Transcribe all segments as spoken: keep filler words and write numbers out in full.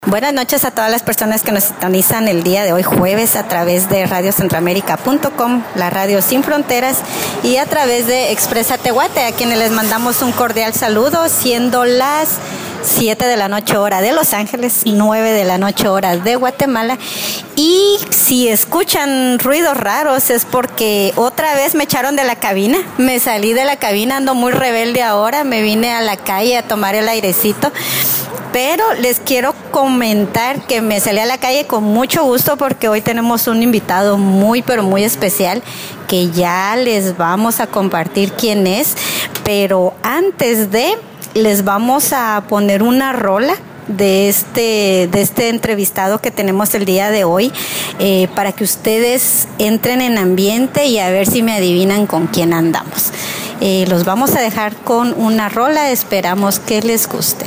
Buenas noches a todas las personas que nos sintonizan el día de hoy jueves a través de radio centroamérica punto com, la radio sin fronteras, y a través de Expresa Tehuate, a quienes les mandamos un cordial saludo, siendo las siete de la noche hora de Los Ángeles, nueve de la noche hora de Guatemala. Y si escuchan ruidos raros es porque otra vez me echaron de la cabina, me salí de la cabina, ando muy rebelde ahora, me vine a la calle a tomar el airecito. Pero les quiero comentar que me salí a la calle con mucho gusto porque hoy tenemos un invitado muy, pero muy especial que ya les vamos a compartir quién es. Pero antes de, les vamos a poner una rola de este, de este entrevistado que tenemos el día de hoy, eh, para que ustedes entren en ambiente y a ver si me adivinan con quién andamos. Eh, los vamos a dejar con una rola, esperamos que les guste.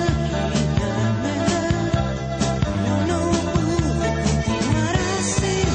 No pude continuar así.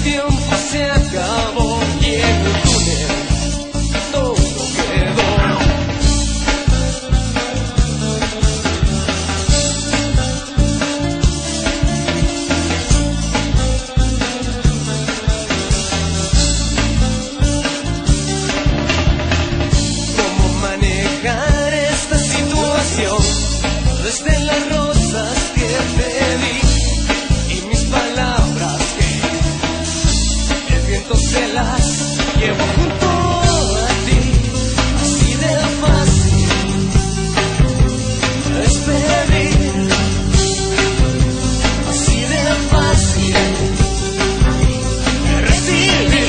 tiempo se acabó y en el túnel todo quedó. ¿Cómo manejar esta situación? Desde las rosas que te di y mis palabras que el viento se las llevo junto a ti. Así de fácil es pedir, así de fácil es recibir.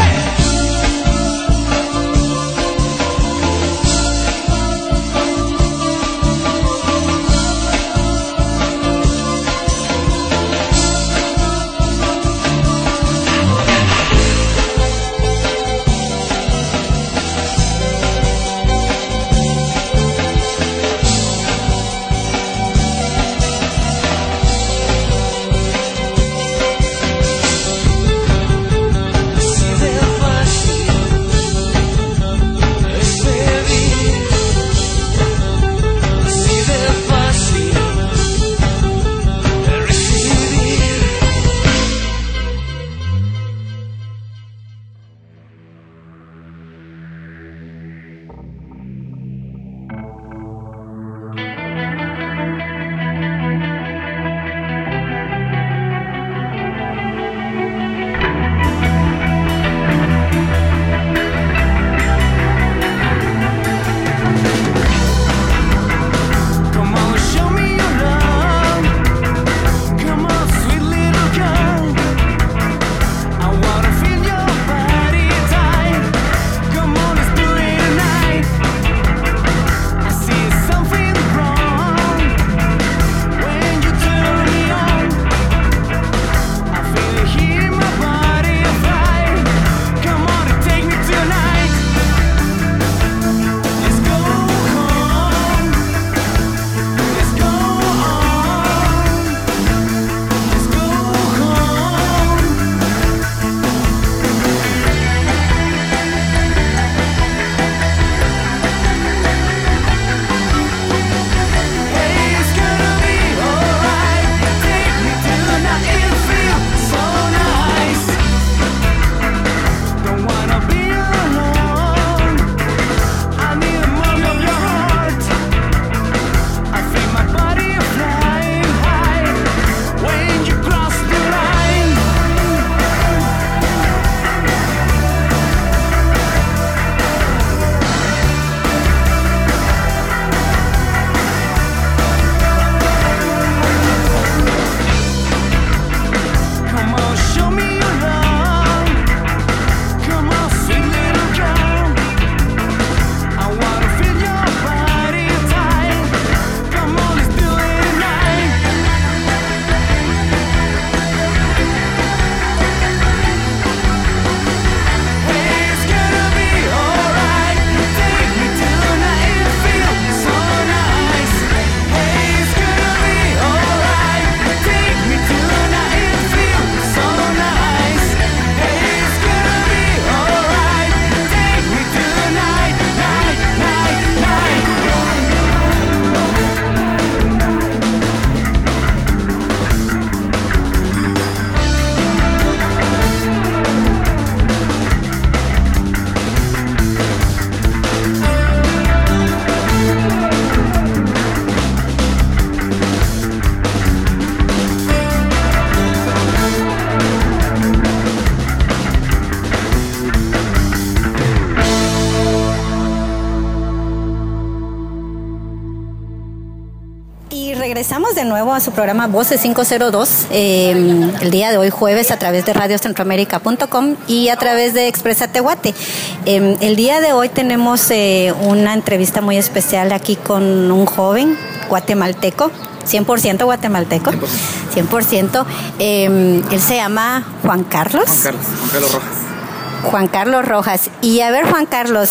Regresamos de nuevo a su programa Voces cinco cero dos, eh, el día de hoy jueves a través de radio centroamérica punto com y a través de Expresa Tehuate. Eh, el día de hoy tenemos eh, una entrevista muy especial aquí con un joven guatemalteco, cien por ciento guatemalteco, cien por ciento. Eh, él se llama Juan Carlos. Juan Carlos, Juan Carlos Rojas. Juan Carlos Rojas. Y a ver, Juan Carlos,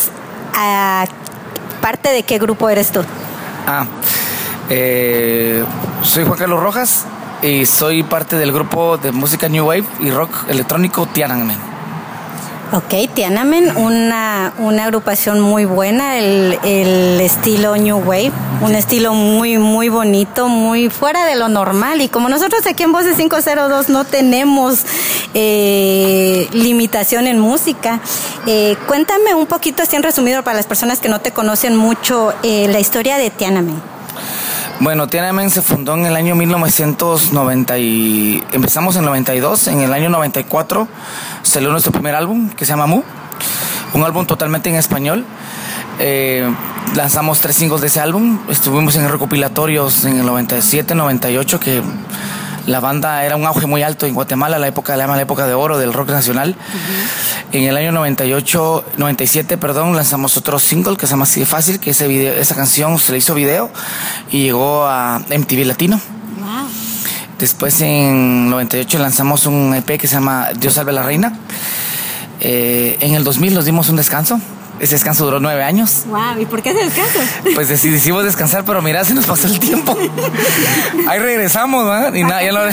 ¿a parte de qué grupo eres tú? Ah, eh, soy Juan Carlos Rojas, y soy parte del grupo de música New Wave y rock electrónico Tiananmen. Ok, Tiananmen, una, una agrupación muy buena, el, el estilo New Wave, un estilo muy, muy bonito, muy fuera de lo normal. Y como nosotros aquí en Voces cinco cero dos no tenemos eh, limitación en música, eh, cuéntame un poquito, así en resumido, para las personas que no te conocen mucho, eh, la historia de Tiananmen. Bueno, Tiananmen se fundó en el año mil novecientos noventa y... Empezamos en noventa y dos, en el año noventa y cuatro salió nuestro primer álbum, que se llama Mu, un álbum totalmente en español. Eh, lanzamos tres singles de ese álbum, estuvimos en recopilatorios en el noventa y siete, noventa y ocho, que la banda era un auge muy alto en Guatemala, la época, la llama la época de oro del rock nacional. Uh-huh. En el año noventa y ocho, noventa y siete, perdón, lanzamos otro single que se llama Así de Fácil, que ese video, esa canción se le hizo video y llegó a M T V Latino. Wow. Después en noventa y ocho lanzamos un E P que se llama Dios salve a la reina. Eh, en el dos mil nos dimos un descanso. Ese descanso duró nueve años. Wow, ¿y por qué ese descanso? Pues decidimos descansar, pero mira, se nos pasó el tiempo. Ahí regresamos, ¿no? Y nada, ya, no,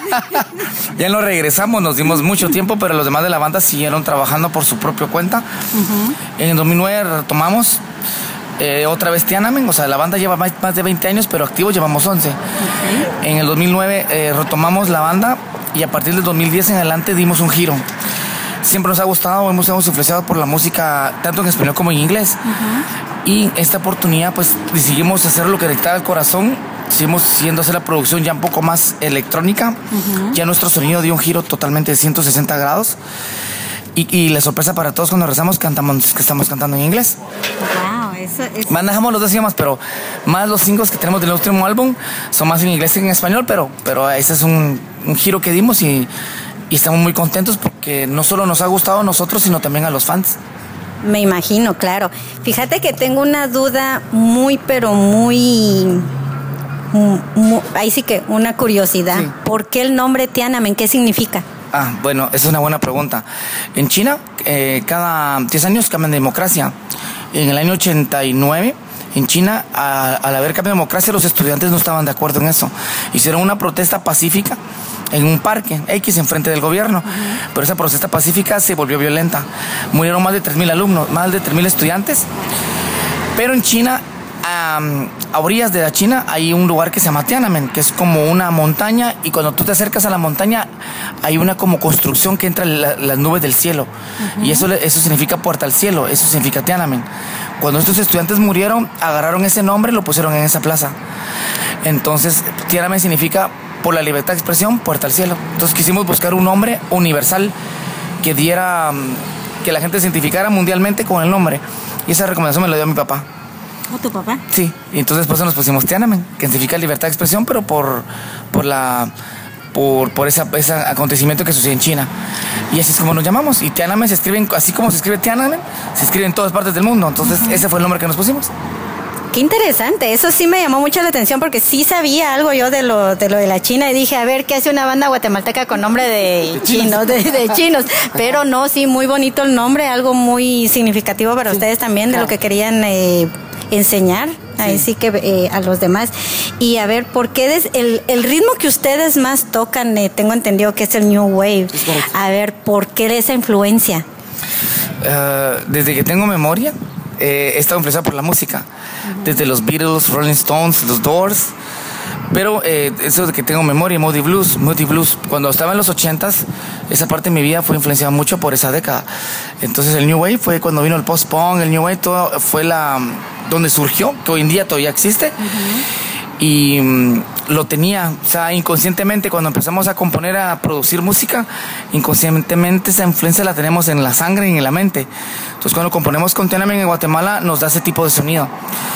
ya no regresamos, nos dimos mucho tiempo, pero los demás de la banda siguieron trabajando por su propia cuenta. Uh-huh. En el dos mil nueve retomamos eh, otra vez Tiananmen, o sea, la banda lleva más, más de veinte años, pero activos llevamos once. Okay. En el dos mil nueve eh, retomamos la banda y a partir del dos mil diez en adelante dimos un giro. Siempre nos ha gustado, hemos sido influenciados por la música tanto en español como en inglés. Uh-huh. Y esta oportunidad pues decidimos hacer lo que dictaba el corazón, seguimos siendo hacer la producción ya un poco más electrónica. Uh-huh. Ya nuestro sonido dio un giro totalmente de ciento sesenta grados. Y, y la sorpresa para todos cuando rezamos cantamos que estamos cantando en inglés. Wow, eso, eso. Manejamos los dos idiomas, pero más los singles que tenemos del último álbum son más en inglés que en español, pero, pero ese es un, un giro que dimos y Y estamos muy contentos porque no solo nos ha gustado a nosotros, sino también a los fans. Me imagino, claro. Fíjate que tengo una duda muy, pero muy... muy ahí sí que una curiosidad. Sí. ¿Por qué el nombre Tiananmen? ¿Qué significa? Ah, bueno, esa es una buena pregunta. En China, eh, cada diez años cambian de democracia. En el año ochenta y nueve... En China, a, al haber cambiado de democracia, los estudiantes no estaban de acuerdo en eso. Hicieron una protesta pacífica en un parque X enfrente del gobierno. Uh-huh. Pero esa protesta pacífica se volvió violenta. Murieron más de tres mil alumnos, más de tres mil estudiantes. Pero en China, um, a orillas de la China, hay un lugar que se llama Tiananmen, que es como una montaña, y cuando tú te acercas a la montaña, hay una como construcción que entra en la, las nubes del cielo. Uh-huh. Y eso, eso significa puerta al cielo, eso significa Tiananmen. Cuando estos estudiantes murieron, agarraron ese nombre y lo pusieron en esa plaza. Entonces, Tiananmen significa por la libertad de expresión, puerta al cielo. Entonces quisimos buscar un nombre universal que diera, que la gente se identificara mundialmente con el nombre. Y esa recomendación me la dio mi papá. ¿O tu papá? Sí, y entonces por eso nos pusimos Tiananmen, que significa libertad de expresión, pero por, por la... por, por esa, ese acontecimiento que sucedió en China. Y así es como nos llamamos. Y Tiananmen se escribe, así como se escribe Tiananmen, se escribe en todas partes del mundo. Entonces uh-huh. ese fue el nombre que nos pusimos. Qué interesante, eso sí me llamó mucho la atención porque sí sabía algo yo de lo de lo de la China y dije, a ver, ¿qué hace una banda guatemalteca con nombre de, de chinos, de, de chinos? Pero no, sí, muy bonito el nombre, algo muy significativo para sí, ustedes también claro. De lo que querían eh, enseñar, sí. Ahí sí que eh, a los demás. Y a ver, ¿por qué des, el, el ritmo que ustedes más tocan, eh, tengo entendido que es el New Wave? Sí, a ver, ¿por qué esa influencia? Uh, desde que tengo memoria, eh, he estado influenciado por la música. Desde los Beatles, Rolling Stones, los Doors. Pero eh, eso de que tengo memoria, Moody Blues, Moody Blues. Cuando estaba en los ochentas, esa parte de mi vida fue influenciada mucho por esa década. Entonces el New Wave fue cuando vino el post-punk, el New Wave, todo fue la donde surgió, que hoy en día todavía existe. Uh-huh. Y um, lo tenía, o sea, inconscientemente cuando empezamos a componer, a producir música, inconscientemente esa influencia la tenemos en la sangre y en la mente. Entonces cuando componemos con Tiananmen en Guatemala nos da ese tipo de sonido.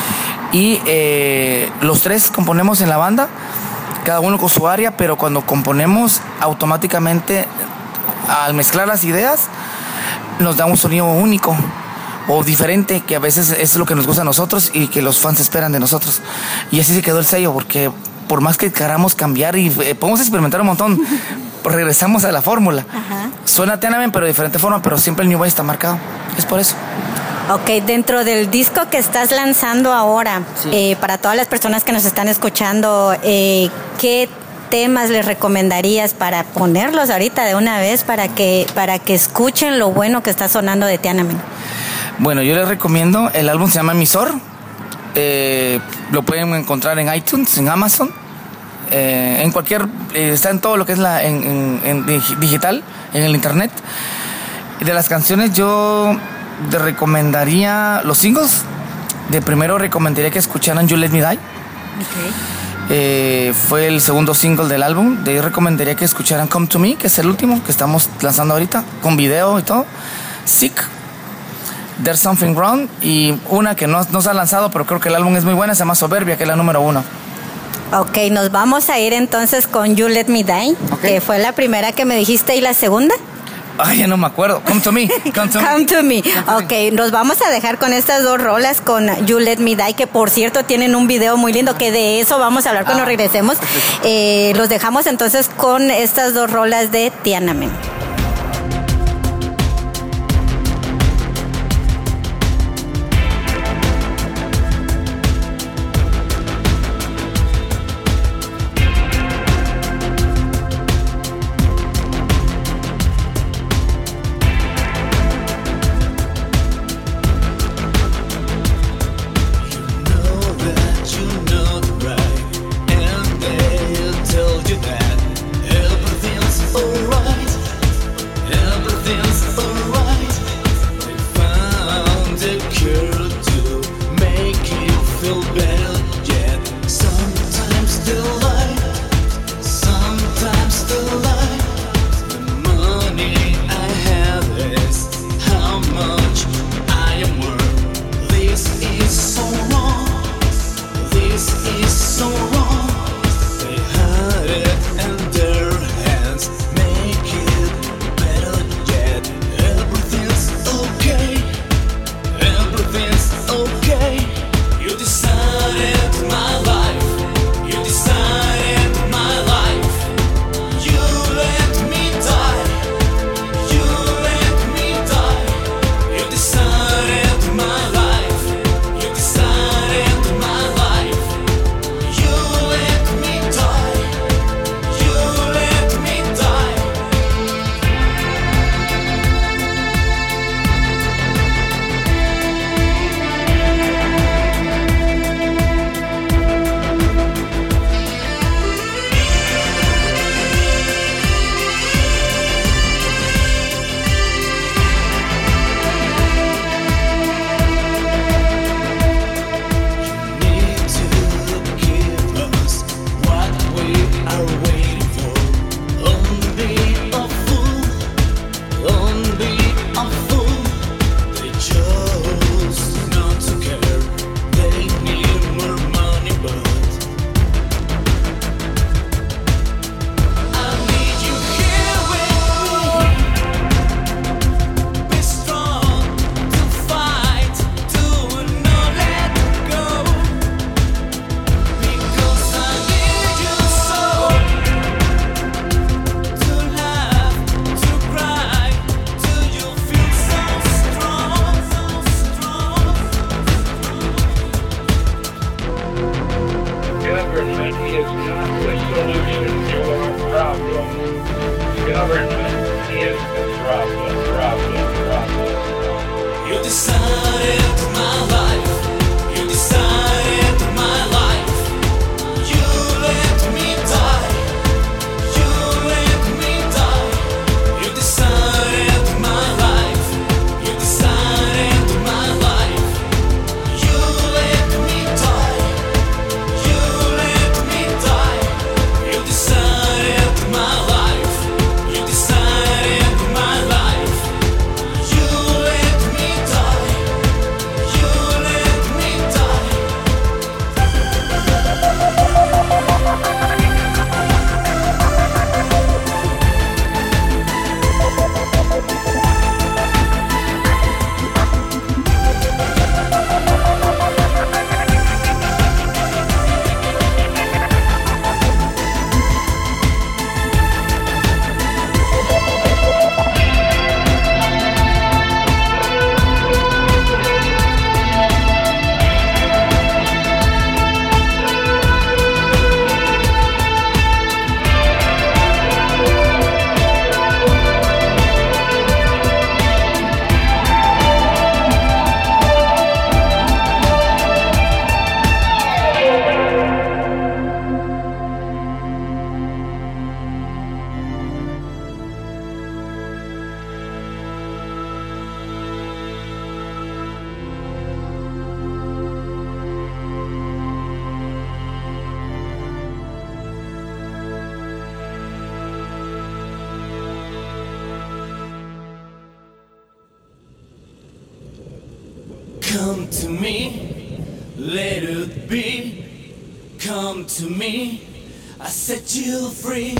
Y eh, los tres componemos en la banda, cada uno con su área, pero cuando componemos automáticamente, al mezclar las ideas, nos da un sonido único o diferente, que a veces es lo que nos gusta a nosotros y que los fans esperan de nosotros. Y así se quedó el sello, porque por más que queramos cambiar y eh, podemos experimentar un montón, regresamos a la fórmula. Ajá. Suena Tiananmen, pero de diferente forma, pero siempre el New Wave está marcado. Es por eso. Ok, dentro del disco que estás lanzando ahora, sí. eh, para todas las personas que nos están escuchando, eh, ¿qué temas les recomendarías para ponerlos ahorita de una vez para que, para que escuchen lo bueno que está sonando de Tiananmen? Bueno, yo les recomiendo, el álbum se llama Emisor, eh, lo pueden encontrar en iTunes, en Amazon, eh, en cualquier, eh, está en todo lo que es la, en, en, en digital, en el internet. De las canciones yo te recomendaría los singles. De primero recomendaría que escucharan You Let Me Die. Okay. Eh, fue el segundo single del álbum. De ahí recomendaría que escucharan Come To Me, que es el último que estamos lanzando ahorita, con video y todo. Sick, There's Something Wrong, y una que no, no se ha lanzado, pero creo que el álbum es muy buena, se llama Soberbia, que es la número uno. Ok, nos vamos a ir entonces con You Let Me Die, okay, que fue la primera que me dijiste, ¿y la segunda? Ay, ya no me acuerdo. Come to me. Come to Come me. to me. Ok, nos vamos a dejar con estas dos rolas, con You Let Me Die, que por cierto tienen un video muy lindo, que de eso vamos a hablar cuando ah, regresemos. Eh, los dejamos entonces con estas dos rolas de Tiananmen. Everything's alright. Come to me, let it be. Come to me, I set you free.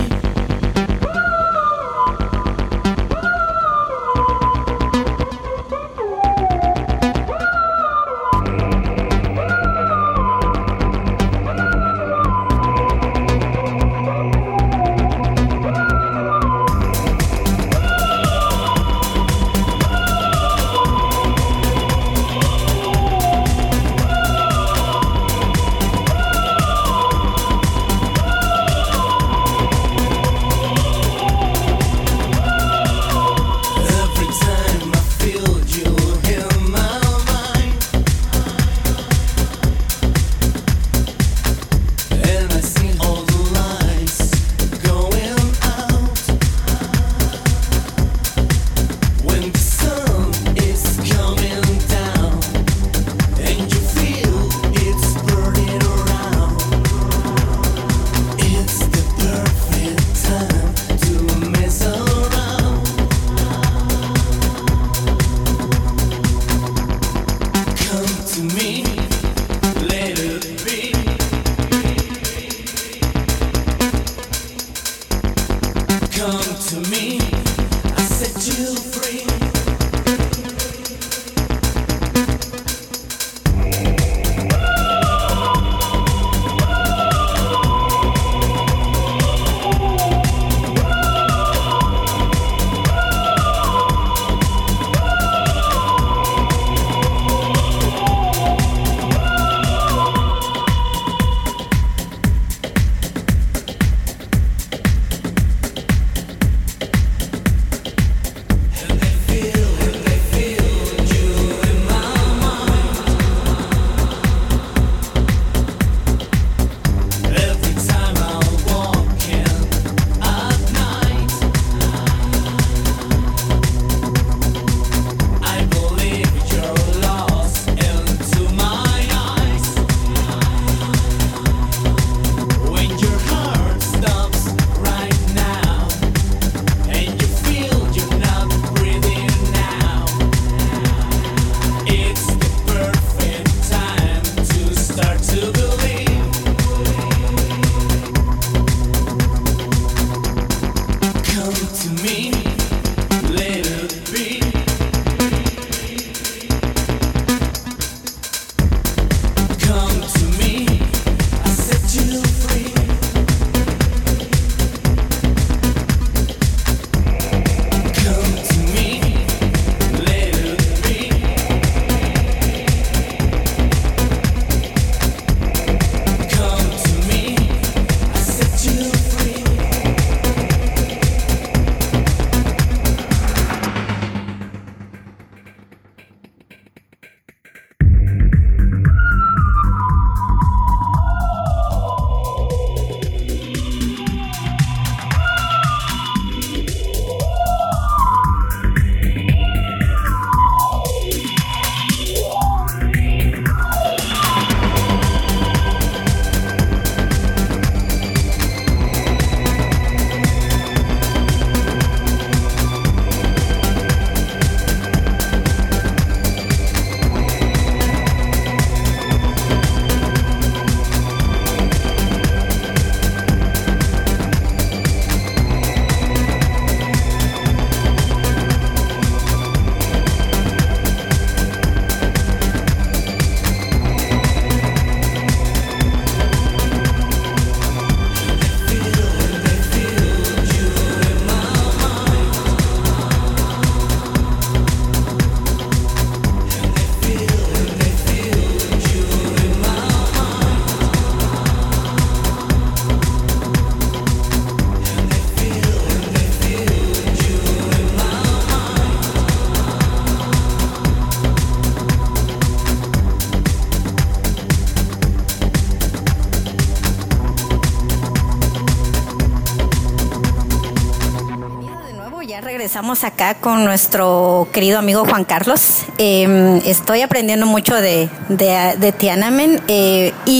Regresamos acá con nuestro querido amigo Juan Carlos. Eh, estoy aprendiendo mucho de, de, de Tiananmen eh, y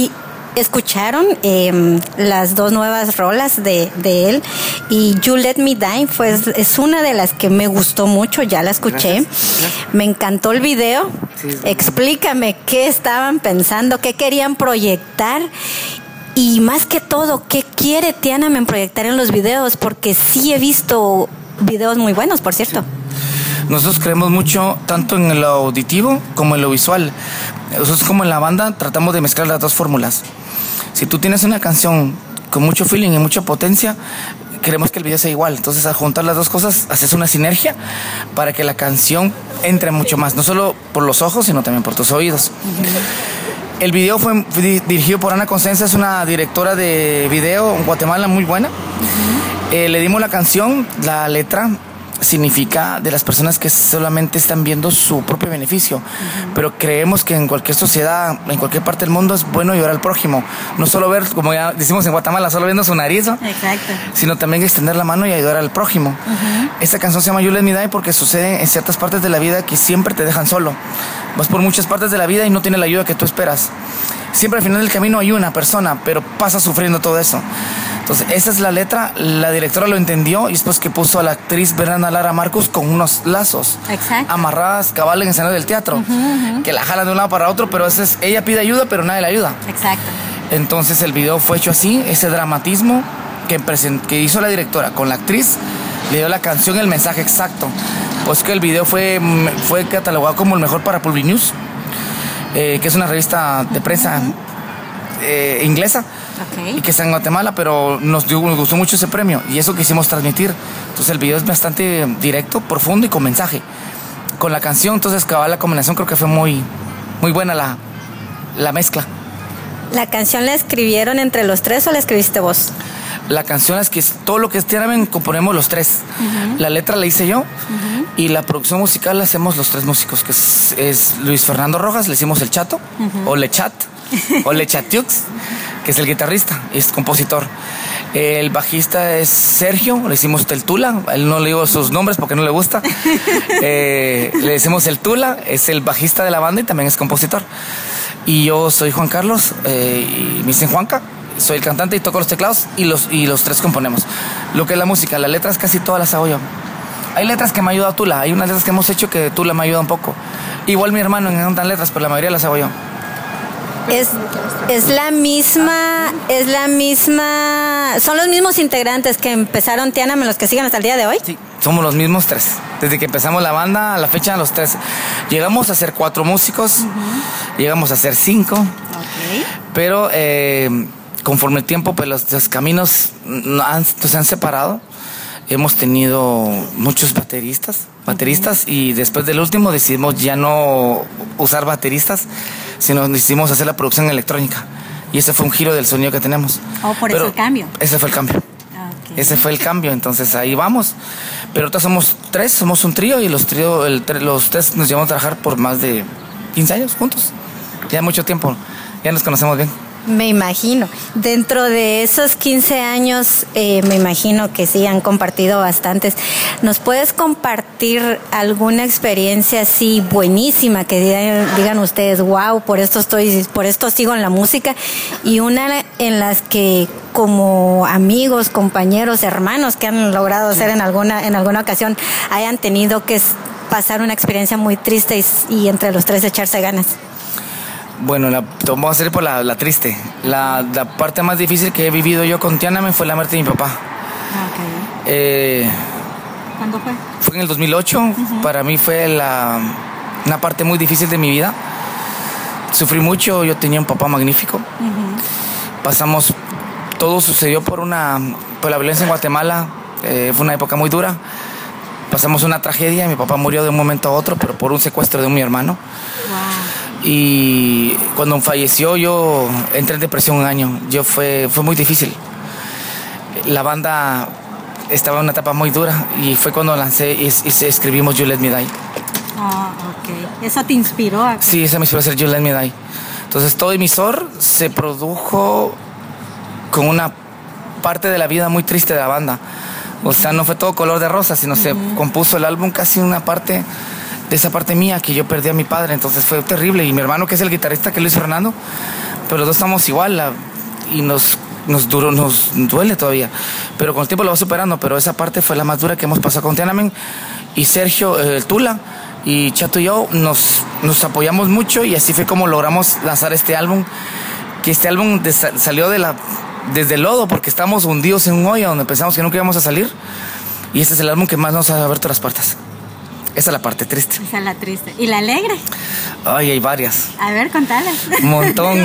escucharon eh, las dos nuevas rolas de, de él y You Let Me Die pues, es una de las que me gustó mucho, ya la escuché. Gracias. Gracias. Me encantó el video. Sí, sí. Explícame qué estaban pensando, qué querían proyectar y más que todo, qué quiere Tiananmen proyectar en los videos, porque sí he visto videos muy buenos, por cierto. Sí. Nosotros creemos mucho tanto en lo auditivo como en lo visual. Nosotros como en la banda tratamos de mezclar las dos fórmulas. Si tú tienes una canción con mucho feeling y mucha potencia, queremos que el video sea igual. Entonces, al juntar las dos cosas, haces una sinergia para que la canción entre mucho más, no solo por los ojos, sino también por tus oídos. Uh-huh. El video fue dirigido por Ana Consenza, es una directora de video en Guatemala muy buena. Uh-huh. Eh, le dimos la canción, la letra significa de las personas que solamente están viendo su propio beneficio, uh-huh. pero creemos que en cualquier sociedad, en cualquier parte del mundo es bueno ayudar al prójimo, no solo ver, como ya decimos en Guatemala, solo viendo su nariz, ¿no? Exacto. Sino también extender la mano y ayudar al prójimo. Uh-huh. Esta canción se llama You Let Me Die porque sucede en ciertas partes de la vida que siempre te dejan solo. Vas por muchas partes de la vida y no tienes la ayuda que tú esperas. Siempre al final del camino hay una persona, pero pasa sufriendo todo eso. Entonces, esa es la letra, la directora lo entendió y después que puso a la actriz Bernarda Lara Marcus con unos lazos. Exacto. Amarradas cabal en el escenario del teatro, uh-huh, uh-huh. que la jalan de un lado para otro, pero es, ella pide ayuda, pero nadie la ayuda. Exacto. Entonces, el video fue hecho así, ese dramatismo que, present, que hizo la directora con la actriz, le dio la canción el mensaje exacto. Pues que el video fue, fue catalogado como el mejor para Public News, eh, que es una revista de prensa uh-huh. eh, inglesa. Okay. Y que está en Guatemala, pero nos, dio, nos gustó mucho ese premio y eso quisimos transmitir. Entonces el video es bastante directo, profundo y con mensaje. Con la canción, entonces cabal la combinación creo que fue muy, muy buena la, la mezcla. ¿La canción la escribieron entre los tres o la escribiste vos? La canción es que todo lo que es Tiananmen componemos los tres. Uh-huh. La letra la hice yo uh-huh. y la producción musical la hacemos los tres músicos, que es, es Luis Fernando Rojas, le hicimos el Chato, uh-huh. o Lechat, o Lechatiux, que es el guitarrista, es compositor. El bajista es Sergio, le hicimos el Tula, a él no le digo sus nombres porque no le gusta. eh, le decimos el Tula, es el bajista de la banda y también es compositor. Y yo soy Juan Carlos, eh, y me dicen Juanca, soy el cantante y toco los teclados y los, y los tres componemos. Lo que es la música, las letras casi todas las hago yo. Hay letras que me ha ayudado Tula, hay unas letras que hemos hecho que Tula me ayuda un poco. Igual mi hermano en tantas letras, pero la mayoría las hago yo. Es, es la misma, es la misma, son los mismos integrantes que empezaron Tiananmen, los que siguen hasta el día de hoy. Sí, somos los mismos tres. Desde que empezamos la banda a la fecha, los tres. Llegamos a ser cuatro músicos, uh-huh. llegamos a ser cinco, okay. pero eh, conforme el tiempo, pues los, los caminos han, se han separado. Hemos tenido muchos bateristas, bateristas uh-huh. y después del último decidimos ya no usar bateristas, sino decidimos hacer la producción electrónica. Y ese fue un giro del sonido que tenemos. Oh, por Pero eso el cambio. Ese fue el cambio. Okay. Ese fue el cambio, entonces ahí vamos. Pero ahorita somos tres, somos un trío y los, trío, el, los tres nos llevamos a trabajar por más de quince años juntos. Ya mucho tiempo, ya nos conocemos bien. Me imagino. Dentro de esos quince años, eh, me imagino que sí han compartido bastantes. ¿Nos puedes compartir alguna experiencia así buenísima que digan, digan ustedes, wow, por esto estoy, por esto sigo en la música? Y una en las que como amigos, compañeros, hermanos que han logrado hacer en alguna, en alguna ocasión hayan tenido que pasar una experiencia muy triste y, y entre los tres echarse ganas. Bueno, la, vamos a hacer por la, la triste. La, la parte más difícil que he vivido yo con Tiananmen fue la muerte de mi papá. Okay. Eh, ¿Cuándo fue? Fue en el dos mil ocho. Uh-huh. Para mí fue la, una parte muy difícil de mi vida. Sufrí mucho, yo tenía un papá magnífico. Uh-huh. Pasamos, todo sucedió por, una, por la violencia en Guatemala. Eh, fue una época muy dura. Pasamos una tragedia, mi papá murió de un momento a otro, pero por un secuestro de mi hermano. Wow. Y cuando falleció yo entré en depresión un año. Yo fue, fue muy difícil. La banda estaba en una etapa muy dura y fue cuando lancé y, y escribimos You Let Me Die. Ah, ok. ¿Eso te inspiró? A... Sí, esa me inspiró a hacer You Let Me Die. Entonces todo Emisor se produjo con una parte de la vida muy triste de la banda. O sea, no fue todo color de rosa, sino uh-huh. se compuso el álbum casi una parte de esa parte mía que yo perdí a mi padre, entonces fue terrible. Y mi hermano, que es el guitarrista, que es Luis Fernando, pero los dos estamos igual la, y nos, nos, duro, nos duele todavía. Pero con el tiempo lo va superando, pero esa parte fue la más dura que hemos pasado con Tiananmen. Y Sergio, eh, el Tula, y Chato y yo nos, nos apoyamos mucho y así fue como logramos lanzar este álbum. Que este álbum de, salió de la, desde el lodo porque estábamos hundidos en un hoyo donde pensamos que nunca íbamos a salir. Y este es el álbum que más nos ha abierto las puertas. Esa es la parte triste. Esa es la triste. ¿Y la alegre? Ay, hay varias. A ver, contalas. Un montón.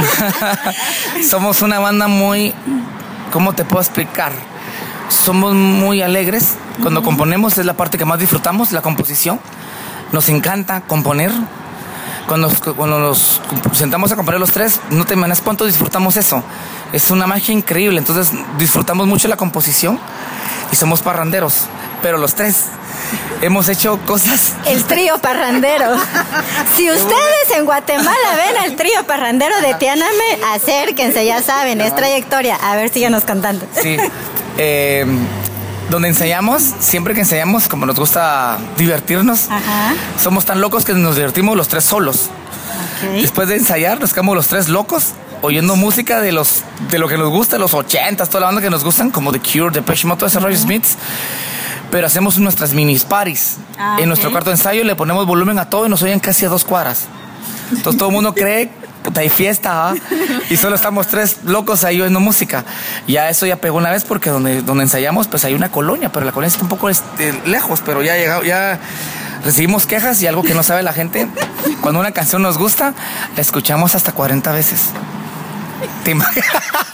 Somos una banda muy... ¿Cómo te puedo explicar? Somos muy alegres. Cuando uh-huh. componemos es la parte que más disfrutamos, la composición. Nos encanta componer. Cuando, cuando nos sentamos a componer los tres, no te imaginas cuánto disfrutamos eso. Es una magia increíble. Entonces disfrutamos mucho la composición y somos parranderos. Pero los tres... hemos hecho cosas. El trío parrandero. Si ustedes en Guatemala ven al trío parrandero de Tiananmen, acérquense, ya saben, es trayectoria. A ver, síganos contando. Sí. Eh, donde ensayamos, siempre que ensayamos, como nos gusta divertirnos, ajá. somos tan locos que nos divertimos los tres solos. Okay. Después de ensayar, nos quedamos los tres locos oyendo música de los de lo que nos gusta, los ochentas, toda la banda que nos gustan, como The Cure, Depeche Mode, uh-huh. Roger Smith. Pero hacemos nuestras mini parties. Ah, en okay. nuestro cuarto de ensayo le ponemos volumen a todo y nos oyen casi a dos cuadras. Entonces todo el mundo cree, puta, hay fiesta, ¿eh? Y solo estamos tres locos ahí oyendo música. Ya eso ya pegó una vez porque donde, donde ensayamos pues hay una colonia, pero la colonia está un poco este, lejos, pero ya llegado, ya recibimos quejas y algo que no sabe la gente, cuando una canción nos gusta, la escuchamos hasta cuarenta veces. ¿Te imaginas?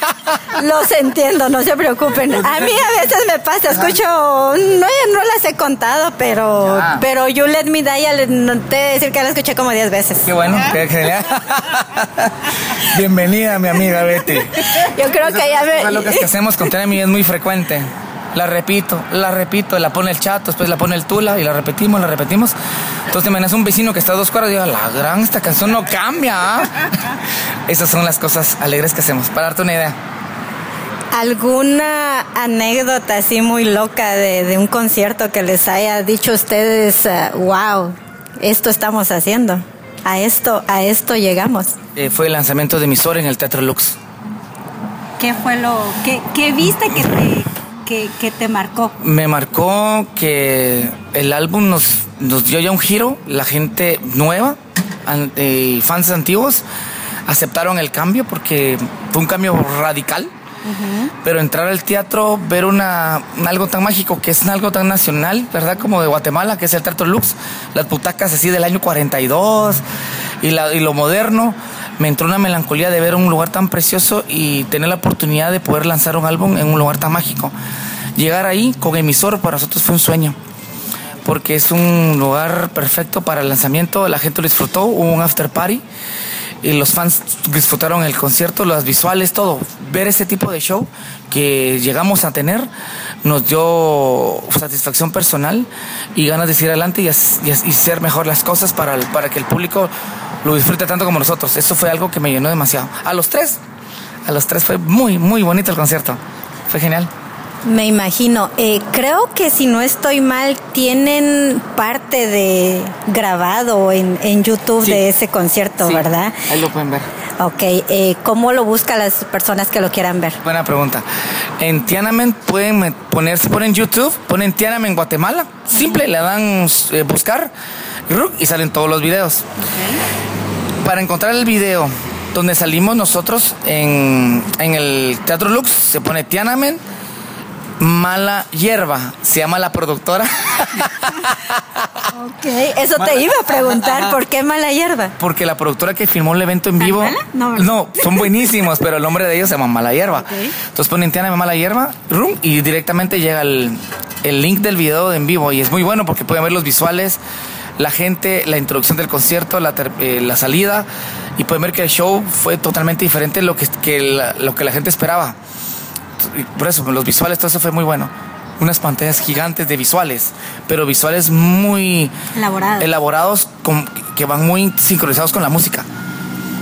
Los entiendo, no se preocupen. A mí a veces me pasa, escucho, no, no las he contado, pero, ah. pero You Let Me Die, no te voy a decir que la escuché como diez veces. Qué bueno, qué genial. Bienvenida, mi amiga Betty. Yo creo Esas que ya me... Lo que hacemos con Tiananmen es muy frecuente. La repito, la repito, la pone el Chato, después la pone el Tula y la repetimos, la repetimos. Entonces te imaginas un vecino que está a dos cuadras y diga, la gran, esta canción no cambia. ¿eh? Esas son las cosas alegres que hacemos, para darte una idea. ¿Alguna anécdota así muy loca de, de un concierto que les haya dicho a ustedes, uh, wow, esto estamos haciendo, a esto, a esto llegamos? Eh, fue el lanzamiento de Emisor en el Teatro Lux. ¿Qué fue lo, qué, qué viste que te... Que, que te marcó? Me marcó que el álbum nos, nos dio ya un giro. La gente nueva y eh, fans antiguos aceptaron el cambio porque fue un cambio radical. Uh-huh. Pero entrar al teatro, ver una, algo tan mágico que es algo tan nacional, ¿verdad? Como de Guatemala, que es el Teatro Lux, las butacas así del año cuarenta y dos y, la, y lo moderno. Me entró una melancolía de ver un lugar tan precioso y tener la oportunidad de poder lanzar un álbum en un lugar tan mágico. Llegar ahí con Emisor para nosotros fue un sueño, porque es un lugar perfecto para el lanzamiento. La gente lo disfrutó, hubo un after party y los fans disfrutaron el concierto, las visuales, todo. Ver ese tipo de show que llegamos a tener nos dio satisfacción personal y ganas de seguir adelante y, y, y ser mejor las cosas para, para que el público lo disfrute tanto como nosotros. Eso fue algo que me llenó demasiado. A los tres, a los tres fue muy, muy bonito el concierto. Fue genial. Me imagino. Eh, creo que si no estoy mal, tienen parte de grabado en, en YouTube sí. de ese concierto, sí. ¿verdad? Ahí lo pueden ver. Ok. Eh, ¿Cómo lo buscan las personas que lo quieran ver? Buena pregunta. En Tiananmen pueden ponerse, ponen YouTube, ponen Tiananmen Guatemala. Simple, uh-huh. le dan eh, buscar y salen todos los videos. Okay. Para encontrar el video donde salimos nosotros en, en el Teatro Lux, se pone Tiananmen Mala Hierba, se llama la productora. Ok, eso te iba a preguntar, ¿por qué Mala Hierba? Porque la productora que filmó el evento en vivo, no, no, son buenísimos, pero el nombre de ellos se llama Mala Hierba. Okay. Entonces ponen Tiananmen Mala Hierba, rum, y directamente llega el, el link del video de en vivo, y es muy bueno porque pueden ver los visuales, la gente, la introducción del concierto, la, eh, la salida, y pueden ver que el show fue totalmente diferente de lo que, que la, lo que la gente esperaba. Por eso, los visuales, todo eso fue muy bueno. Unas pantallas gigantes de visuales, pero visuales muy Elaborado. elaborados, con, que van muy sincronizados con la música.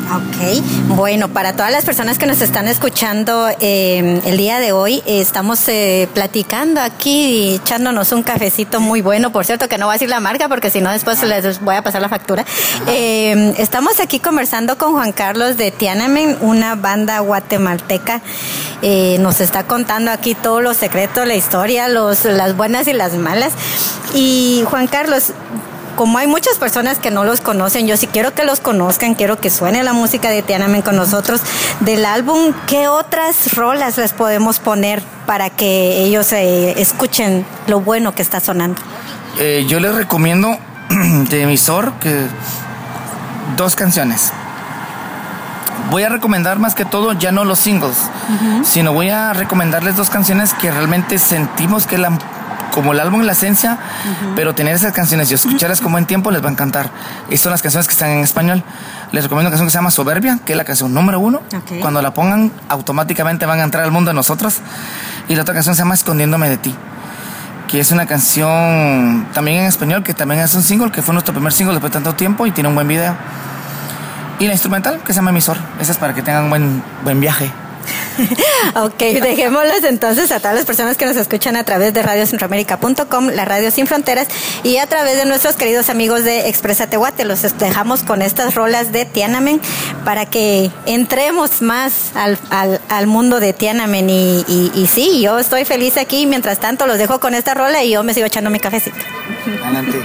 Ok, bueno, para todas las personas que nos están escuchando eh, el día de hoy, eh, estamos eh, platicando aquí y echándonos un cafecito muy bueno, por cierto, que no voy a decir la marca porque si no después les voy a pasar la factura. Eh, estamos aquí conversando con Juan Carlos de Tiananmen, una banda guatemalteca. Eh, nos está contando aquí todos los secretos, la historia, los, las buenas y las malas. Y Juan Carlos, como hay muchas personas que no los conocen, yo sí quiero que los conozcan, quiero que suene la música de Tiananmen con nosotros. Del álbum, ¿qué otras rolas les podemos poner para que ellos eh, escuchen lo bueno que está sonando? Eh, yo les recomiendo de Emisor que dos canciones. Voy a recomendar más que todo ya no los singles, uh-huh. sino voy a recomendarles dos canciones que realmente sentimos que la como el álbum La Esencia, uh-huh. pero tener esas canciones y escucharlas como en tiempo les va a encantar. Y son las canciones que están en español. Les recomiendo una canción que se llama Soberbia, que es la canción número uno. Okay. Cuando la pongan, automáticamente van a entrar al mundo de nosotros. Y la otra canción se llama Escondiéndome de ti, que es una canción también en español, que también es un single, que fue nuestro primer single después de tanto tiempo y tiene un buen video. Y la instrumental, que se llama Emisor. Esa es para que tengan un buen, buen viaje. Ok, dejémoslos entonces a todas las personas que nos escuchan a través de radio centroamérica punto com, la radio sin fronteras, y a través de nuestros queridos amigos de Expresa Tehuate. Los dejamos con estas rolas de Tiananmen para que entremos más al, al, al mundo de Tiananmen. Y, y, y sí, yo estoy feliz aquí. Mientras tanto, los dejo con esta rola y yo me sigo echando mi cafecito. Adelante.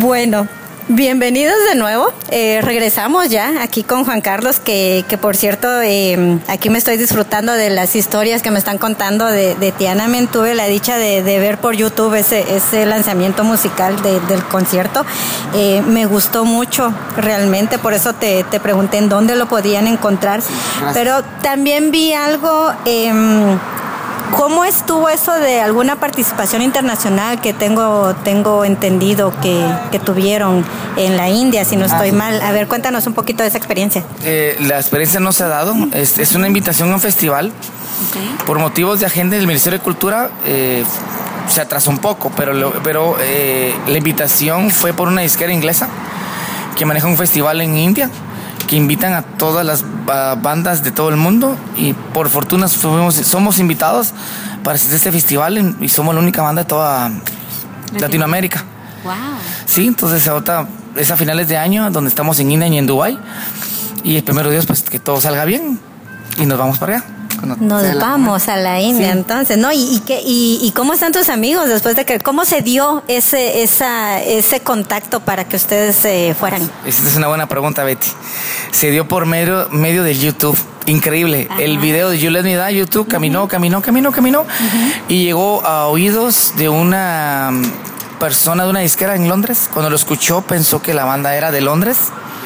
Bueno, bienvenidos de nuevo. Eh, regresamos ya aquí con Juan Carlos, que, que por cierto, eh, aquí me estoy disfrutando de las historias que me están contando de, de Tiananmen. Tuve la dicha de, de ver por YouTube ese, ese lanzamiento musical de, del concierto. Eh, me gustó mucho realmente, por eso te, te pregunté en dónde lo podían encontrar. Sí, pero también vi algo... Eh, ¿Cómo estuvo eso de alguna participación internacional que tengo tengo entendido que, que tuvieron en la India, si no estoy ah, mal? A ver, cuéntanos un poquito de esa experiencia. Eh, la experiencia no se ha dado, es, es una invitación a un festival. Okay. Por motivos de agenda del Ministerio de Cultura eh, se atrasó un poco, pero, lo, pero eh, la invitación fue por una disquera inglesa que maneja un festival en India, que invitan a todas las uh, bandas de todo el mundo, y por fortuna somos, somos invitados para asistir a este festival y somos la única banda de toda Latinoamérica. Wow. Sí, entonces ahorita es a finales de año donde estamos en India y en Dubái, y el primero Dios pues que todo salga bien y nos vamos para allá. Nos vamos a la India, sí. Entonces, ¿no? ¿Y, y, qué, y, ¿Y cómo están tus amigos después de que, cómo se dio ese, esa, ese contacto para que ustedes eh, fueran? Esta es una buena pregunta, Betty. Se dio por medio, medio de YouTube. Increíble. Ajá. El video de You Let Me Die, YouTube, caminó, uh-huh. caminó, caminó, caminó, uh-huh. y llegó a oídos de una persona de una disquera en Londres. Cuando lo escuchó, pensó que la banda era de Londres.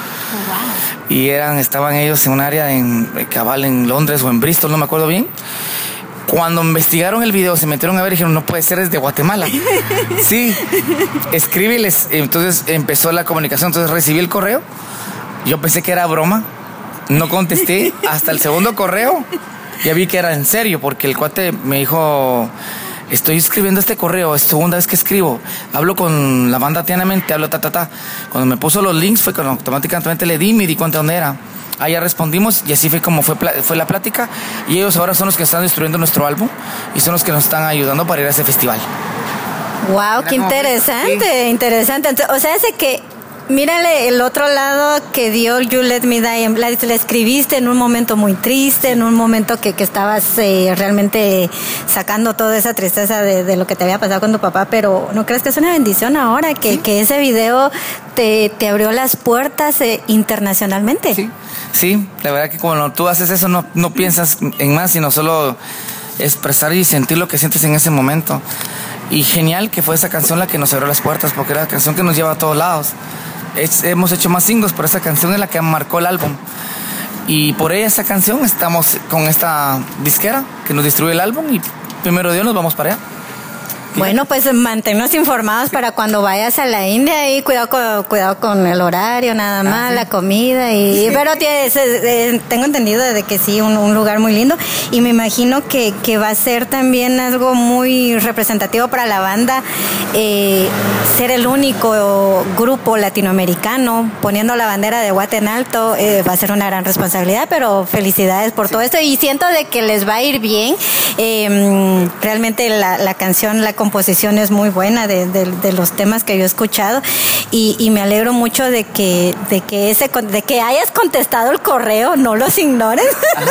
Wow. Y eran, estaban ellos en un área en cabal en Londres o en Bristol, no me acuerdo bien. Cuando investigaron el video, se metieron a ver y dijeron, no puede ser, es de Guatemala. Sí, escríbeles. Entonces empezó la comunicación, entonces recibí el correo. Yo pensé que era broma, no contesté hasta el segundo correo. Ya vi que era en serio, porque el cuate me dijo... Estoy escribiendo este correo, es segunda vez que escribo. Hablo con la banda Tiananmen, te hablo ta, ta, ta. Cuando me puso los links fue cuando automáticamente le di y me di cuenta dónde era. Ahí ya respondimos y así fue como fue, fue la plática. Y ellos ahora son los que están destruyendo nuestro álbum y son los que nos están ayudando para ir a ese festival. Wow, mira, qué interesante, sí. interesante. Entonces, o sea, hace que... Mírale el otro lado que dio You Let Me Die. La, la escribiste en un momento muy triste, en un momento que, que estabas eh, realmente sacando toda esa tristeza de, de lo que te había pasado con tu papá, pero ¿no crees que es una bendición ahora que, ¿sí? que ese video te, te abrió las puertas eh, internacionalmente? Sí, sí, la verdad que cuando tú haces eso no, no piensas en más, sino solo expresar y sentir lo que sientes en ese momento. Y genial que fue esa canción la que nos abrió las puertas, porque era la canción que nos lleva a todos lados. Es, hemos hecho más singles, pero esa canción es la que marcó el álbum. Y por esa canción estamos con esta disquera que nos distribuye el álbum y primero Dios nos vamos para allá. Bueno, pues manténnos informados, sí, para cuando vayas a la India y cuidado con, cuidado con el horario, nada más, ah, sí, la comida. y sí. Pero tienes, eh, tengo entendido de que sí, un, un lugar muy lindo, y me imagino que, que va a ser también algo muy representativo para la banda, eh, ser el único grupo latinoamericano poniendo la bandera de Guate en alto. Eh, va a ser una gran responsabilidad, pero felicidades por, sí, todo esto, y siento de que les va a ir bien. Eh, realmente la, la canción, la composición es muy buena de, de, de los temas que yo he escuchado, y, y me alegro mucho de que de que ese de que hayas contestado el correo, no los ignores. Ajá,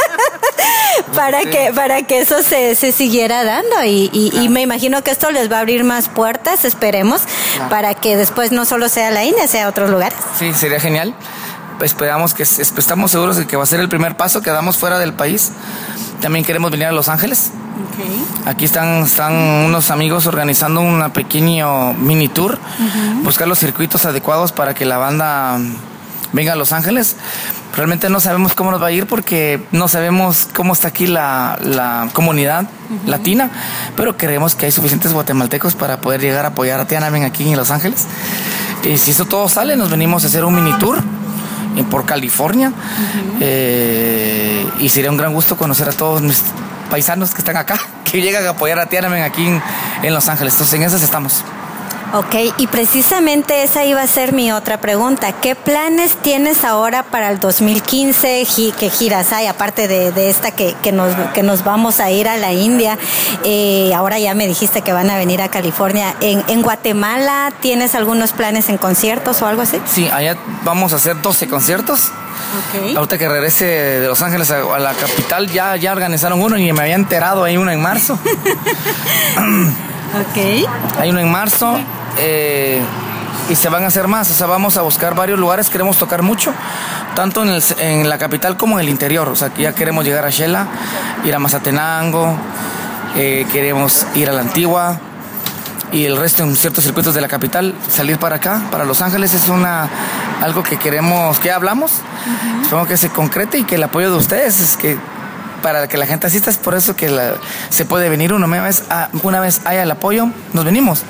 sí. para sí. que para que eso se, se siguiera dando, y, y, y me imagino que esto les va a abrir más puertas, esperemos, ah. para que después no solo sea la India, sea otros lugares. Sí, sería genial. Esperamos que estamos seguros de que va a ser el primer paso que damos fuera del país. También queremos venir a Los Ángeles. Okay. Aquí están, están unos amigos organizando un pequeño mini tour, uh-huh, buscar los circuitos adecuados para que la banda venga a Los Ángeles. Realmente no sabemos cómo nos va a ir porque no sabemos cómo está aquí la, la comunidad, uh-huh, latina, pero creemos que hay suficientes guatemaltecos para poder llegar a apoyar a Tiananmen aquí en Los Ángeles. Y si eso todo sale, nos venimos a hacer un mini tour por California, uh-huh, eh, y sería un gran gusto conocer a todos mis paisanos que están acá, que llegan a apoyar a Tiananmen aquí en, en Los Ángeles. Entonces en esas estamos. Ok, y precisamente esa iba a ser mi otra pregunta. ¿Qué planes tienes ahora para el dos mil quince? ¿Qué giras hay? Aparte de, de esta que, que, nos, que nos vamos a ir a la India. Eh, ahora ya me dijiste que van a venir a California. ¿En, en Guatemala tienes algunos planes en conciertos o algo así? Sí, allá vamos a hacer doce conciertos. Okay. Ahorita que regrese de Los Ángeles a, a la capital, ya, ya organizaron uno y me había enterado, hay uno en marzo. Ok. Hay uno en marzo. Eh, y se van a hacer más. O sea, vamos a buscar varios lugares, queremos tocar mucho, tanto en, el, en la capital como en el interior. O sea, ya queremos llegar a Xela, ir a Mazatenango, eh, queremos ir a la Antigua y el resto en ciertos circuitos de la capital, salir para acá, para Los Ángeles. Es una algo que queremos, que hablamos, uh-huh. Espero que se concrete y que el apoyo de ustedes es que para que la gente asista. Es por eso que la, se puede venir uno. Una vez, una vez haya el apoyo, nos venimos.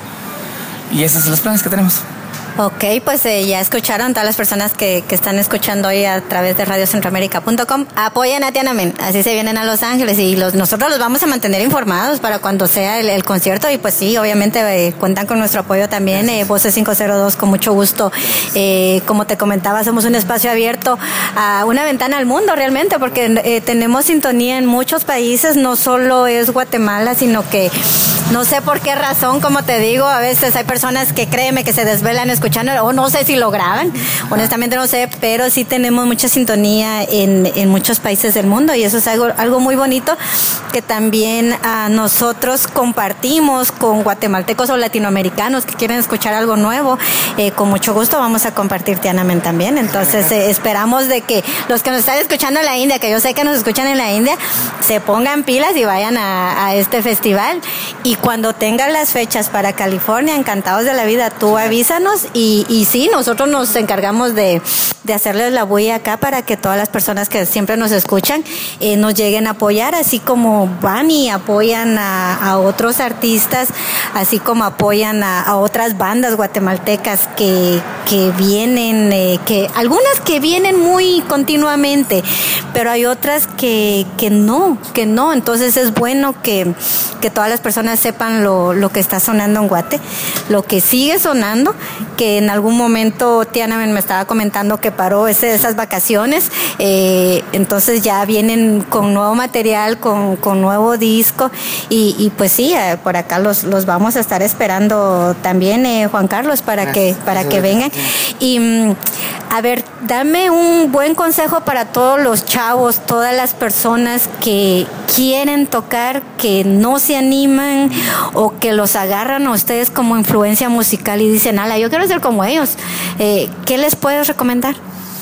Y esos son los planes que tenemos. Ok, pues eh, ya escucharon todas las personas que, que están escuchando hoy a través de radio centroamérica punto com. Apoyen a Tiananmen, así se vienen a Los Ángeles y los, nosotros los vamos a mantener informados para cuando sea el, el concierto. Y pues sí, obviamente eh, cuentan con nuestro apoyo también. Eh, Voces quinientos dos, con mucho gusto. Eh, como te comentaba, somos un espacio abierto a una ventana al mundo realmente, porque eh, tenemos sintonía en muchos países. No solo es Guatemala, sino que no sé por qué razón, como te digo, a veces hay personas que créeme que se desvelan escuchando, o no sé si lo graban, honestamente no sé, pero sí tenemos mucha sintonía en, en muchos países del mundo, y eso es algo, algo muy bonito que también a nosotros compartimos con guatemaltecos o latinoamericanos que quieren escuchar algo nuevo. Eh, con mucho gusto vamos a compartir Tiananmen también. Entonces eh, esperamos de que los que nos están escuchando en la India, que yo sé que nos escuchan en la India, se pongan pilas y vayan a, a este festival. Y cuando tengan las fechas para California, encantados de la vida, tú avísanos y, y sí, nosotros nos encargamos de, de hacerles la bulla acá para que todas las personas que siempre nos escuchan eh, nos lleguen a apoyar, así como van y apoyan a, a otros artistas, así como apoyan a, a otras bandas guatemaltecas que, que vienen, eh, que algunas que vienen muy continuamente, pero hay otras que, que no, que no. Entonces es bueno que, que todas las personas sepan lo, lo que está sonando en Guate, lo que sigue sonando, que en algún momento Tiananmen me estaba comentando que paró ese, esas vacaciones, eh, entonces ya vienen con nuevo material, con, con nuevo disco, y, y pues sí, eh, por acá los, los vamos a estar esperando también, eh, Juan Carlos, para que, para que vengan. Y mm, a ver, dame un buen consejo para todos los chavos, todas las personas que quieren tocar, que no se animan o que los agarran a ustedes como influencia musical y dicen, ala, yo quiero ser como ellos. Eh, ¿Qué les puedes recomendar?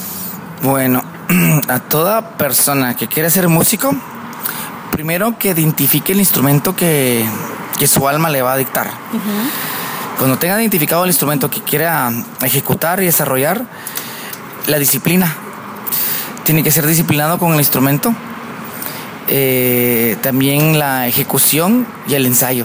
Bueno, a toda persona que quiera ser músico, primero que identifique el instrumento que, que su alma le va a dictar. Uh-huh. Cuando tenga identificado el instrumento que quiera ejecutar y desarrollar, la disciplina. Tiene que ser disciplinado con el instrumento. Eh, también la ejecución y el ensayo.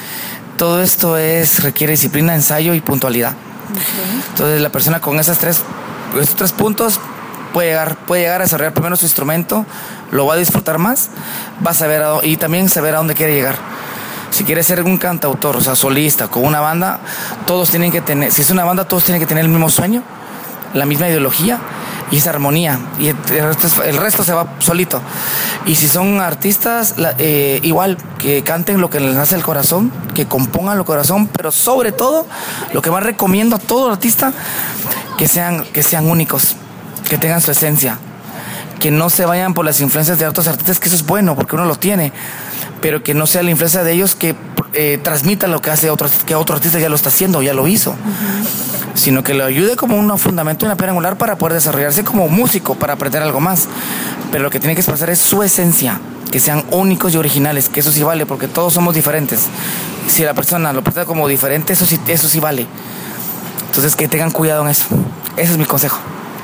Todo esto es, requiere disciplina, ensayo y puntualidad. Okay. Entonces la persona con esas tres, esos tres puntos puede llegar, puede llegar a desarrollar primero su instrumento, lo va a disfrutar más, va a saber a, y también saber a dónde quiere llegar. Si quiere ser un cantautor, o sea, solista, con una banda, todos tienen que tener, si es una banda, todos tienen que tener el mismo sueño, la misma ideología y esa armonía, y el resto, el resto se va solito. Y si son artistas, eh, igual, que canten lo que les nace el corazón, que compongan el corazón, pero sobre todo, lo que más recomiendo a todo artista, que sean, que sean únicos, que tengan su esencia, que no se vayan por las influencias de otros artistas, que eso es bueno, porque uno lo tiene, pero que no sea la influencia de ellos que eh, transmita lo que hace otro, que otro artista ya lo está haciendo, ya lo hizo. Uh-huh. Sino que lo ayude como un fundamento, una piedra angular para poder desarrollarse como músico, para aprender algo más. Pero lo que tiene que expresar es su esencia, que sean únicos y originales, que eso sí vale, porque todos somos diferentes. Si la persona lo presenta como diferente, eso sí, eso sí vale. Entonces que tengan cuidado en eso. Ese es mi consejo.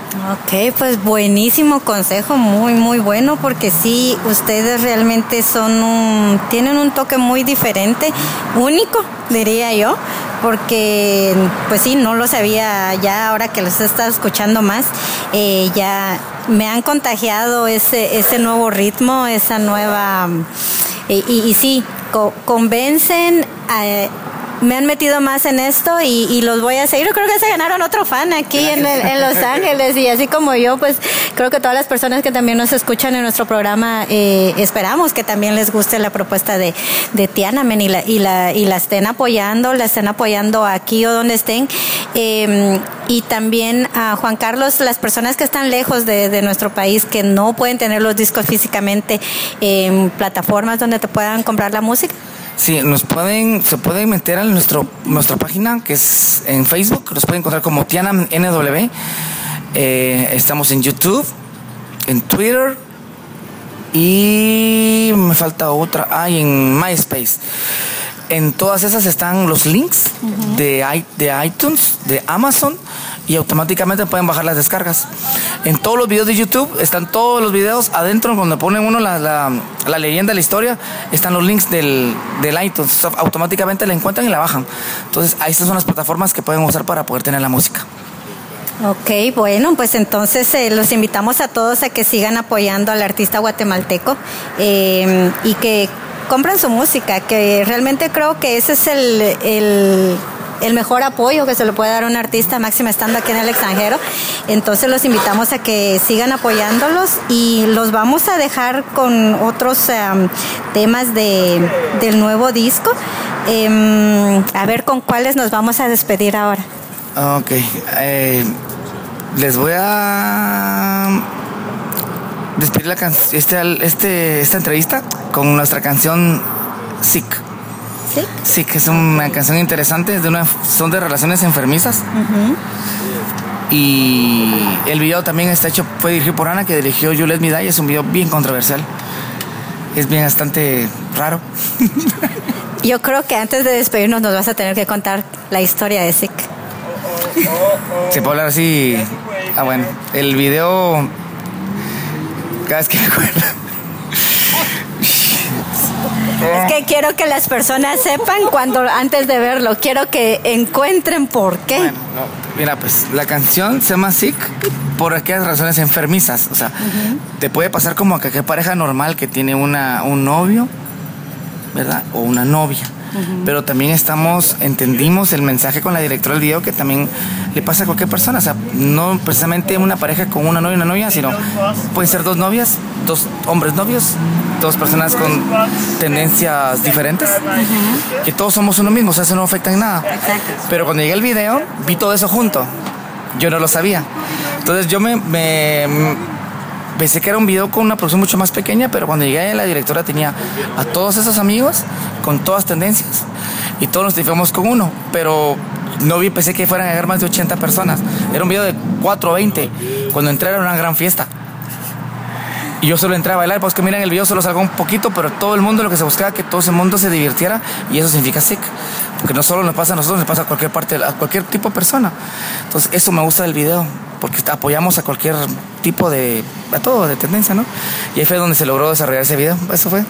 Ok, pues buenísimo consejo, muy muy bueno, porque sí, ustedes realmente son un, tienen un toque muy diferente, único, diría yo, porque pues sí, no lo sabía ya ahora que los he estado escuchando más, eh, ya me han contagiado ese, ese nuevo ritmo, esa nueva, eh, y, y sí, co- convencen a... Me han metido más en esto y, y los voy a seguir. Yo creo que se ganaron otro fan aquí en, el, en Los Ángeles, y así como yo, pues creo que todas las personas que también nos escuchan en nuestro programa, eh, esperamos que también les guste la propuesta de, de Tiananmen y la, y, la, y la estén apoyando, la estén apoyando aquí o donde estén. Eh, y también a Juan Carlos, las personas que están lejos de, de nuestro país, que no pueden tener los discos físicamente en plataformas donde te puedan comprar la música. Sí, nos pueden, se pueden meter a nuestro, nuestra página que es en Facebook, nos pueden encontrar como Tiananmen N W. Eh, estamos en YouTube, en Twitter y me falta otra, ah, y en MySpace. En todas esas están los links uh-huh. de, de iTunes, de Amazon, y automáticamente pueden bajar las descargas. En todos los videos de YouTube están todos los videos adentro, cuando ponen uno la, la, la leyenda de la historia, están los links del, del iTunes. O sea, automáticamente la encuentran y la bajan. Entonces, ahí estas son las plataformas que pueden usar para poder tener la música. Ok, bueno, pues entonces eh, los invitamos a todos a que sigan apoyando al artista guatemalteco eh, y que compren su música, que realmente creo que ese es el, el, el mejor apoyo que se le puede dar a un artista, máximo estando aquí en el extranjero. Entonces los invitamos a que sigan apoyándolos y los vamos a dejar con otros um, temas de, del nuevo disco. Eh, a ver con cuáles nos vamos a despedir ahora. Ok, eh, les voy a despedir la can- este, este, esta entrevista con nuestra canción Sick. ¿Sí? Sí, que es una canción interesante, de una, son de relaciones enfermizas. Uh-huh. Y el video también está hecho, fue dirigido por Ana, que dirigió You Let Me Die. Es un video bien controversial, es bien bastante raro. Yo creo que antes de despedirnos nos vas a tener que contar la historia de Sick. Se puede hablar así. Ah, bueno, el video, cada vez que me acuerdo. Es que quiero que las personas sepan cuando antes de verlo, quiero que encuentren por qué. Bueno, no, mira, pues la canción se llama Sick por aquellas razones enfermizas. O sea, uh-huh. te puede pasar como a cualquier pareja normal que tiene una, un novio, ¿verdad? O una novia. Uh-huh. Pero también estamos, entendimos el mensaje con la directora del video, que también le pasa a cualquier persona. O sea, no precisamente una pareja con una novia y una novia, sino pueden ser dos novias, dos hombres novios, dos personas con tendencias diferentes, uh-huh. que todos somos uno mismo, o sea, eso no afecta en nada. Exacto. Pero cuando llegué al video, vi todo eso junto. Yo no lo sabía. Entonces yo me... me pensé que era un video con una producción mucho más pequeña, pero cuando llegué la directora tenía a todos esos amigos con todas tendencias y todos nos identificamos con uno, pero no vi, pensé que fueran a llegar más de ochenta personas. Era un video de cuatro o veinte. Cuando entré era una gran fiesta y yo solo entré a bailar, pues que miren, el video solo salgo un poquito, pero todo el mundo lo que se buscaba, que todo ese mundo se divirtiera, y eso significa Sick, porque no solo nos pasa a nosotros, nos pasa a cualquier parte, a cualquier tipo de persona. Entonces eso me gusta del video, porque apoyamos a cualquier tipo de, a todo, de tendencia, ¿no? Y ahí fue donde se logró desarrollar ese video, eso fue.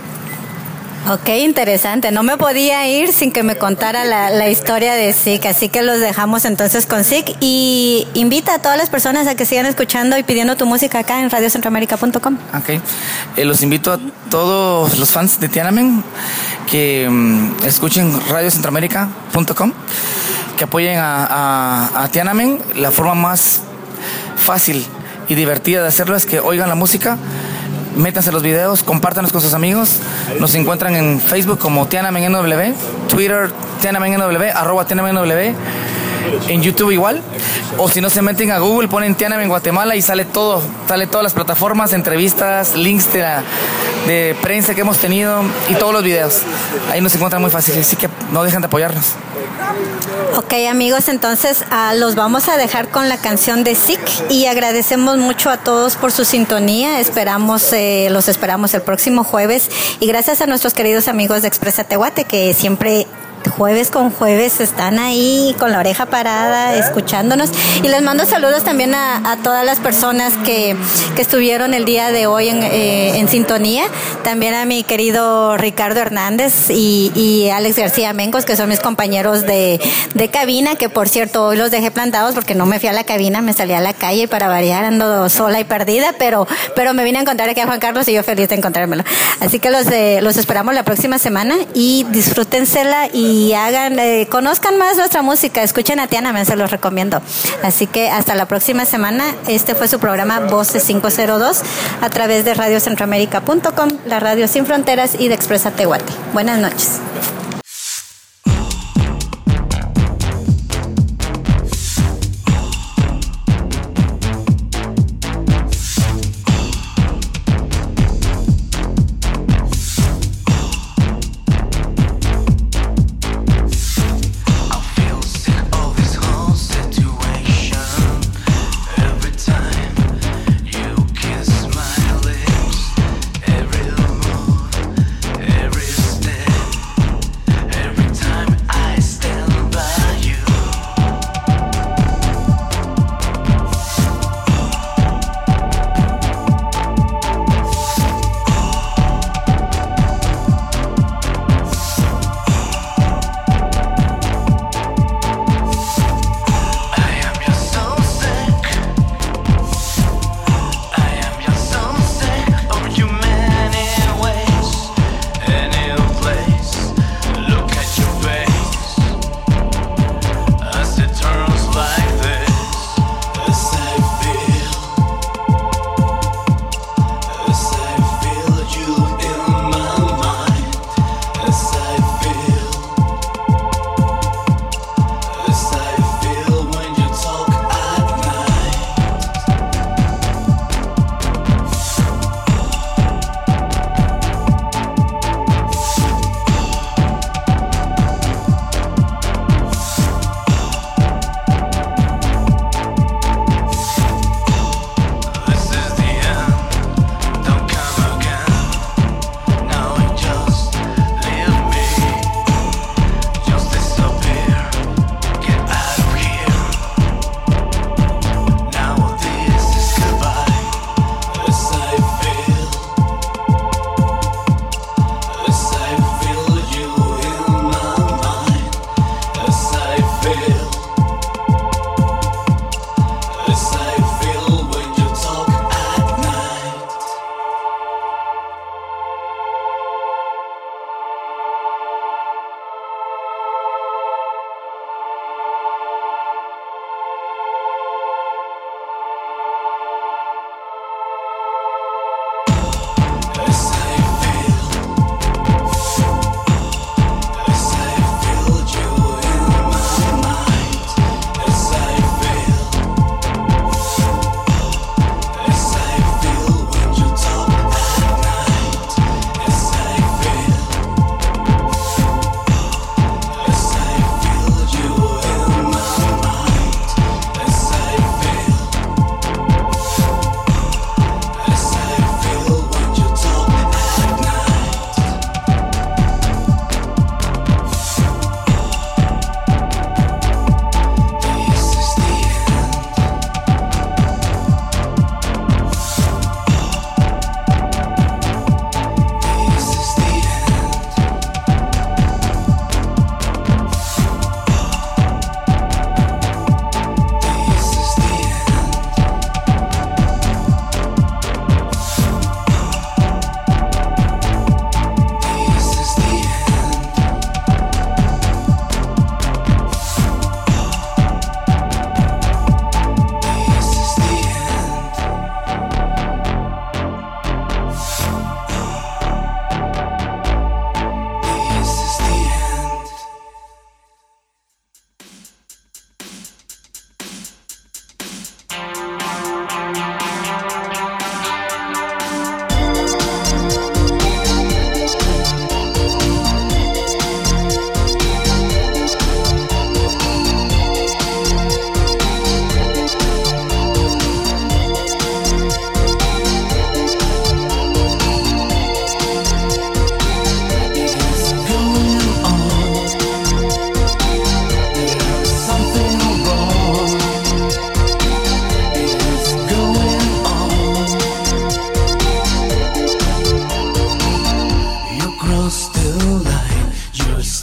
Ok, interesante. No me podía ir sin que me contara la, la historia de Sick, así que los dejamos entonces con Sick y invita a todas las personas a que sigan escuchando y pidiendo tu música acá en radio centroamérica punto com. Ok, eh, los invito a todos los fans de Tiananmen que um, escuchen radio centroamérica punto com, que apoyen a, a, a Tiananmen. La forma más fácil y divertida de hacerlo es que oigan la música, métanse a los videos, compártanos con sus amigos. Nos encuentran en Facebook como Tiananmen N W, Twitter Tiananmen N W, arroba Tiananmen N W, en YouTube igual, o si no se meten a Google, ponen Tiananmen Guatemala y sale todo, sale todas las plataformas, entrevistas, links de, la, de prensa que hemos tenido y todos los videos. Ahí nos encuentran muy fácil, así que no dejen de apoyarnos. Ok, amigos, entonces uh, los vamos a dejar con la canción de Sick y agradecemos mucho a todos por su sintonía. Esperamos, eh, los esperamos el próximo jueves y gracias a nuestros queridos amigos de Expresa Tehuate que siempre jueves con jueves están ahí con la oreja parada escuchándonos, y les mando saludos también a, a todas las personas que, que estuvieron el día de hoy en, eh, en sintonía, también a mi querido Ricardo Hernández y, y Alex García Mencos, que son mis compañeros de, de cabina, que por cierto hoy los dejé plantados porque no me fui a la cabina, me salí a la calle para variar, ando sola y perdida, pero, pero me vine a encontrar aquí a Juan Carlos y yo feliz de encontrármelo, así que los, eh, los esperamos la próxima semana y disfrútensela y y hagan, eh, conozcan más nuestra música, escuchen a Tiananmen, se los recomiendo. Así que hasta la próxima semana. Este fue su programa Voces cinco cero dos a través de radio centroamérica punto com, la radio sin fronteras, y de Expresa Tehuate. Buenas noches.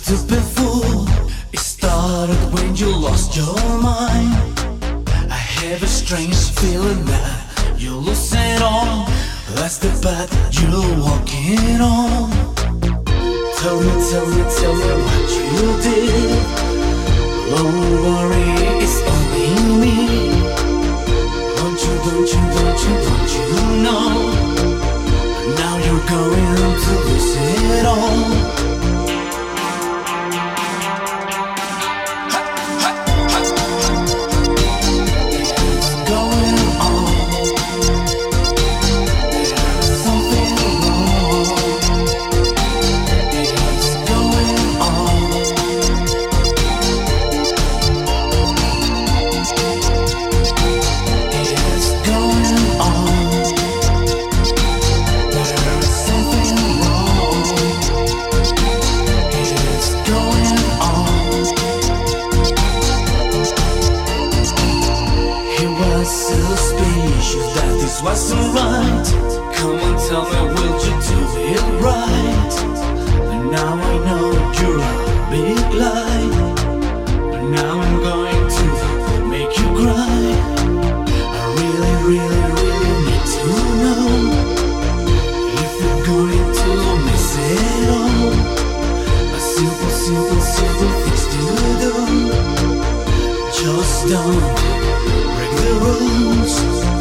stupid fool. It started when you lost your mind. I have a strange feeling that you lose it all. That's the path you're walking on. Tell me, tell me, tell me what you did. Don't worry, it's only me. Don't you, don't you, don't you, don't you know? Now you're going to lose it all. Wasn't right. Come on, tell me, will you do it right? And now I know you're a big lie. But now I'm going to make you cry. I really, really, really need to know if you're going to miss it all. A simple, simple, simple things to do. Just don't break the rules.